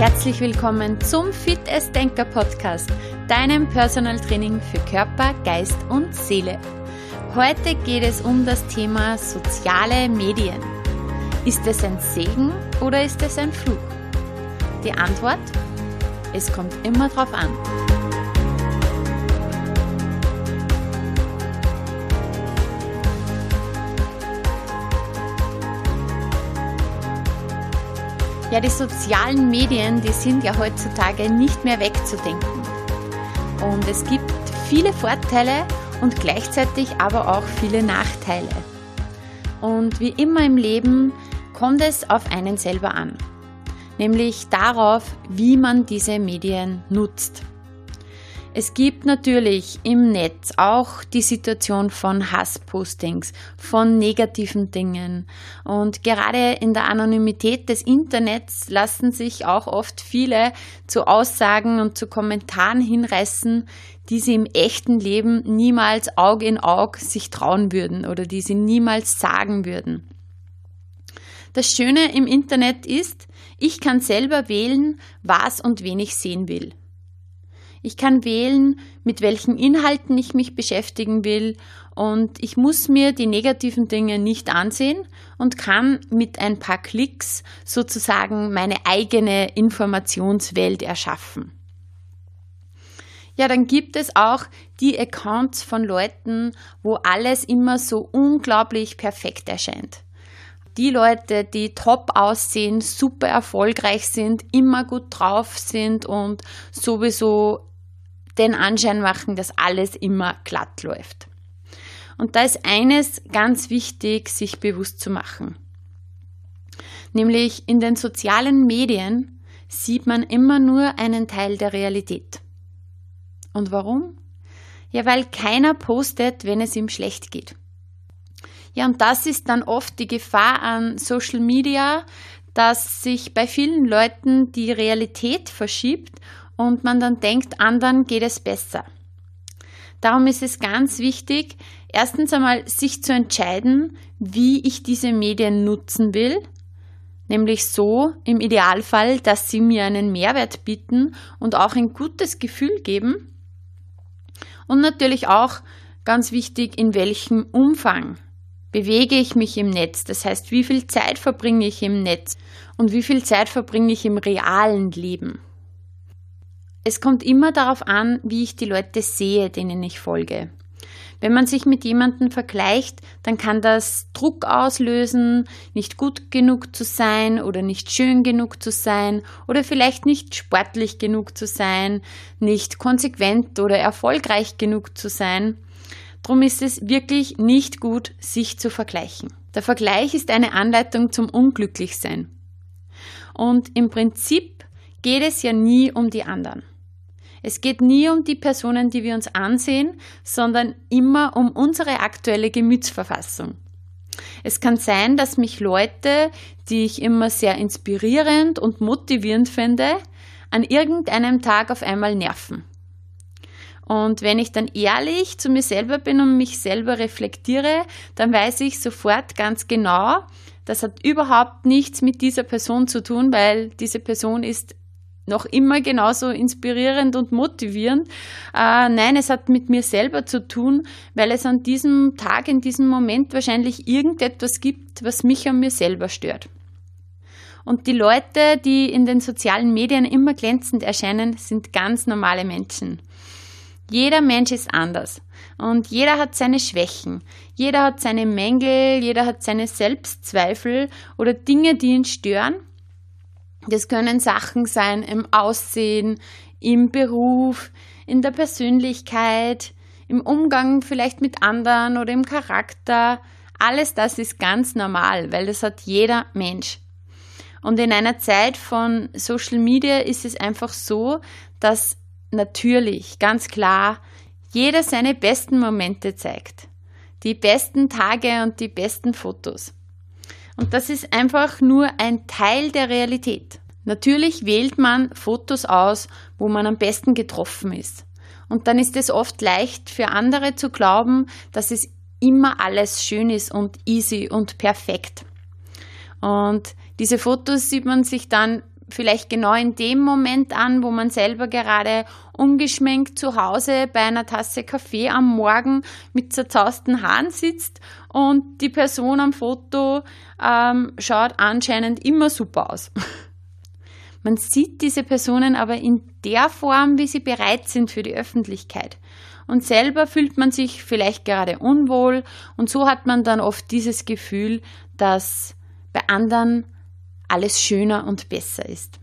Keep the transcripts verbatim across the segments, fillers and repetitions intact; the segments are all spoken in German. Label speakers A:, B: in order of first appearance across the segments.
A: Herzlich willkommen zum Fit as Denker Podcast, deinem Personal Training für Körper, Geist und Seele. Heute geht es um das Thema soziale Medien. Ist es ein Segen oder ist es ein Fluch? Die Antwort? Es kommt immer drauf an. Ja, die sozialen Medien, die sind ja heutzutage nicht mehr wegzudenken. Und es gibt viele Vorteile und gleichzeitig aber auch viele Nachteile. Und wie immer im Leben kommt es auf einen selber an. Nämlich darauf, wie man diese Medien nutzt. Es gibt natürlich im Netz auch die Situation von Hasspostings, von negativen Dingen. Und gerade in der Anonymität des Internets lassen sich auch oft viele zu Aussagen und zu Kommentaren hinreißen, die sie im echten Leben niemals Auge in Auge sich trauen würden oder die sie niemals sagen würden. Das Schöne im Internet ist, ich kann selber wählen, was und wen ich sehen will. Ich kann wählen, mit welchen Inhalten ich mich beschäftigen will, und ich muss mir die negativen Dinge nicht ansehen und kann mit ein paar Klicks sozusagen meine eigene Informationswelt erschaffen. Ja, dann gibt es auch die Accounts von Leuten, wo alles immer so unglaublich perfekt erscheint. Die Leute, die top aussehen, super erfolgreich sind, immer gut drauf sind und sowieso den Anschein machen, dass alles immer glatt läuft. Und da ist eines ganz wichtig, sich bewusst zu machen. Nämlich in den sozialen Medien sieht man immer nur einen Teil der Realität. Und warum? Ja, weil keiner postet, wenn es ihm schlecht geht. Ja, und das ist dann oft die Gefahr an Social Media, dass sich bei vielen Leuten die Realität verschiebt und man dann denkt, anderen geht es besser. Darum ist es ganz wichtig, erstens einmal sich zu entscheiden, wie ich diese Medien nutzen will, nämlich so im Idealfall, dass sie mir einen Mehrwert bieten und auch ein gutes Gefühl geben. Und natürlich auch ganz wichtig, in welchem Umfang bewege ich mich im Netz. Das heißt, wie viel Zeit verbringe ich im Netz und wie viel Zeit verbringe ich im realen Leben. Es kommt immer darauf an, wie ich die Leute sehe, denen ich folge. Wenn man sich mit jemandem vergleicht, dann kann das Druck auslösen, nicht gut genug zu sein oder nicht schön genug zu sein oder vielleicht nicht sportlich genug zu sein, nicht konsequent oder erfolgreich genug zu sein. Darum ist es wirklich nicht gut, sich zu vergleichen. Der Vergleich ist eine Anleitung zum Unglücklichsein. Und im Prinzip geht es ja nie um die anderen. Es geht nie um die Personen, die wir uns ansehen, sondern immer um unsere aktuelle Gemütsverfassung. Es kann sein, dass mich Leute, die ich immer sehr inspirierend und motivierend finde, an irgendeinem Tag auf einmal nerven. Und wenn ich dann ehrlich zu mir selber bin und mich selber reflektiere, dann weiß ich sofort ganz genau, das hat überhaupt nichts mit dieser Person zu tun, weil diese Person ist noch immer genauso inspirierend und motivierend. Äh, nein, es hat mit mir selber zu tun, weil es an diesem Tag, in diesem Moment wahrscheinlich irgendetwas gibt, was mich an mir selber stört. Und die Leute, die in den sozialen Medien immer glänzend erscheinen, sind ganz normale Menschen. Jeder Mensch ist anders und jeder hat seine Schwächen, jeder hat seine Mängel, jeder hat seine Selbstzweifel oder Dinge, die ihn stören. Das können Sachen sein im Aussehen, im Beruf, in der Persönlichkeit, im Umgang vielleicht mit anderen oder im Charakter. Alles das ist ganz normal, weil das hat jeder Mensch. Und in einer Zeit von Social Media ist es einfach so, dass natürlich, ganz klar, jeder seine besten Momente zeigt. Die besten Tage und die besten Fotos. Und das ist einfach nur ein Teil der Realität. Natürlich wählt man Fotos aus, wo man am besten getroffen ist. Und dann ist es oft leicht für andere zu glauben, dass es immer alles schön ist und easy und perfekt. Und diese Fotos sieht man sich dann vielleicht genau in dem Moment an, wo man selber gerade ungeschminkt zu Hause bei einer Tasse Kaffee am Morgen mit zerzausten Haaren sitzt und die Person am Foto ähm, schaut anscheinend immer super aus. Man sieht diese Personen aber in der Form, wie sie bereit sind für die Öffentlichkeit. Und selber fühlt man sich vielleicht gerade unwohl und so hat man dann oft dieses Gefühl, dass bei anderen alles schöner und besser ist.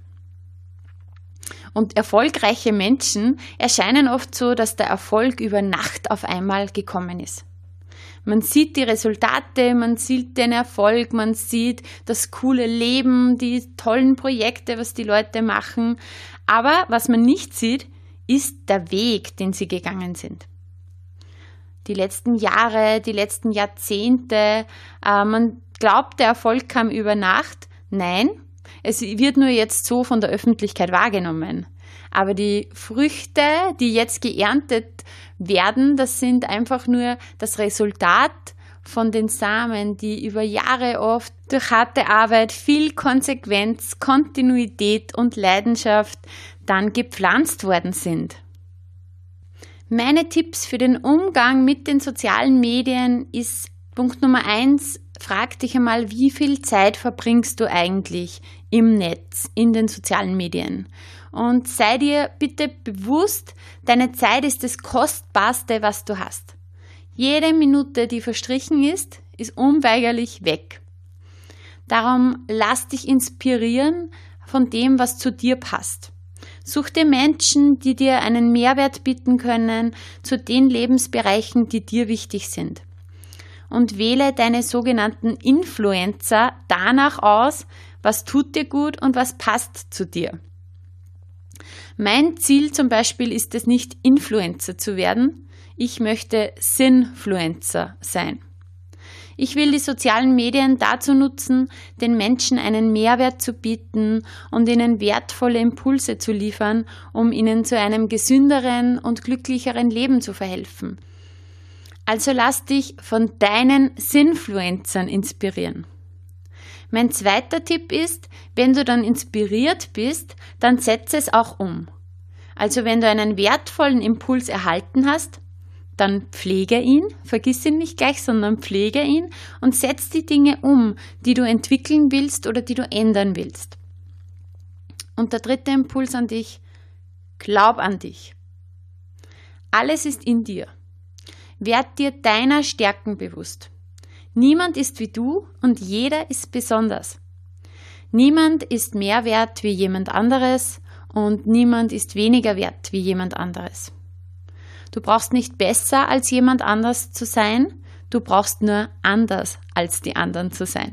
A: Und erfolgreiche Menschen erscheinen oft so, dass der Erfolg über Nacht auf einmal gekommen ist. Man sieht die Resultate, man sieht den Erfolg, man sieht das coole Leben, die tollen Projekte, was die Leute machen. Aber was man nicht sieht, ist der Weg, den sie gegangen sind. Die letzten Jahre, die letzten Jahrzehnte, äh, man glaubt, der Erfolg kam über Nacht. Nein, es wird nur jetzt so von der Öffentlichkeit wahrgenommen. Aber die Früchte, die jetzt geerntet werden, das sind einfach nur das Resultat von den Samen, die über Jahre oft durch harte Arbeit, viel Konsequenz, Kontinuität und Leidenschaft dann gepflanzt worden sind. Meine Tipps für den Umgang mit den sozialen Medien ist Punkt Nummer eins, frag dich einmal, wie viel Zeit verbringst du eigentlich im Netz, in den sozialen Medien? Und sei dir bitte bewusst, deine Zeit ist das Kostbarste, was du hast. Jede Minute, die verstrichen ist, ist unweigerlich weg. Darum lass dich inspirieren von dem, was zu dir passt. Such dir Menschen, die dir einen Mehrwert bieten können zu den Lebensbereichen, die dir wichtig sind. Und wähle deine sogenannten Influencer danach aus, was tut dir gut und was passt zu dir. Mein Ziel zum Beispiel ist es nicht, Influencer zu werden. Ich möchte Sinfluencer sein. Ich will die sozialen Medien dazu nutzen, den Menschen einen Mehrwert zu bieten und ihnen wertvolle Impulse zu liefern, um ihnen zu einem gesünderen und glücklicheren Leben zu verhelfen. Also lass dich von deinen Sinfluencern inspirieren. Mein zweiter Tipp ist, wenn du dann inspiriert bist, dann setze es auch um. Also wenn du einen wertvollen Impuls erhalten hast, dann pflege ihn, vergiss ihn nicht gleich, sondern pflege ihn und setz die Dinge um, die du entwickeln willst oder die du ändern willst. Und der dritte Impuls an dich, glaub an dich. Alles ist in dir. Werd dir deiner Stärken bewusst. Niemand ist wie du und jeder ist besonders. Niemand ist mehr wert wie jemand anderes und niemand ist weniger wert wie jemand anderes. Du brauchst nicht besser als jemand anders zu sein, du brauchst nur anders als die anderen zu sein.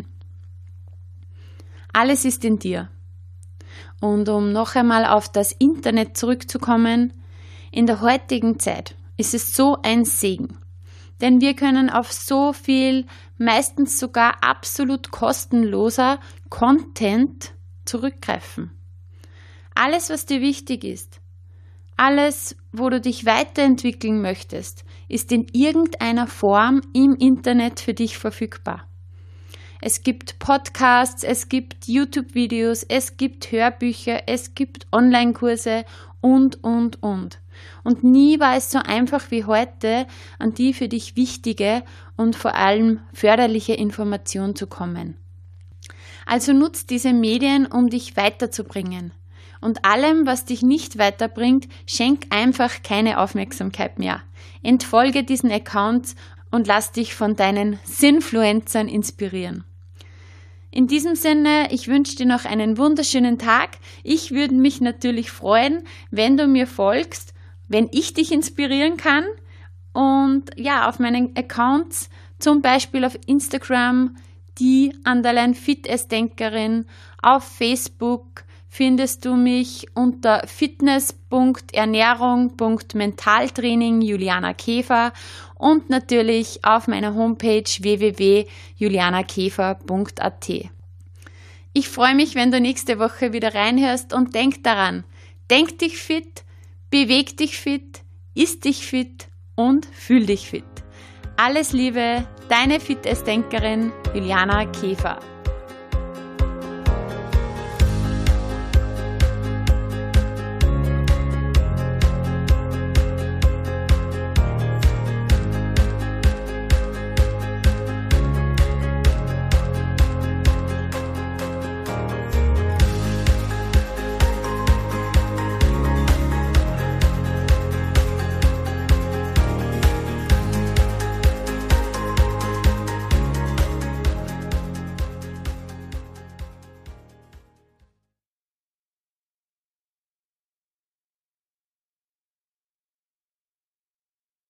A: Alles ist in dir. Und um noch einmal auf das Internet zurückzukommen, in der heutigen Zeit ist es so ein Segen. Denn wir können auf so viel, meistens sogar absolut kostenloser Content zurückgreifen. Alles, was dir wichtig ist, alles, wo du dich weiterentwickeln möchtest, ist in irgendeiner Form im Internet für dich verfügbar. Es gibt Podcasts, es gibt YouTube-Videos, es gibt Hörbücher, es gibt Online-Kurse und, und, und. Und nie war es so einfach wie heute, an die für dich wichtige und vor allem förderliche Information zu kommen. Also nutz diese Medien, um dich weiterzubringen. Und allem, was dich nicht weiterbringt, schenk einfach keine Aufmerksamkeit mehr. Entfolge diesen Accounts und lass dich von deinen Sinfluencern inspirieren. In diesem Sinne, ich wünsche dir noch einen wunderschönen Tag. Ich würde mich natürlich freuen, wenn du mir folgst, wenn ich dich inspirieren kann. Und ja, auf meinen Accounts, zum Beispiel auf Instagram, die Underline Fitessdenkerin, auf Facebook findest du mich unter fitness punkt ernährung punkt mentaltraining Juliana Käfer und natürlich auf meiner Homepage w w w punkt juliana käfer punkt a t. Ich freue mich, wenn du nächste Woche wieder reinhörst und denk daran, denk dich fit, beweg dich fit, iss dich fit und fühl dich fit. Alles Liebe, deine Fitnessdenkerin Juliana Käfer.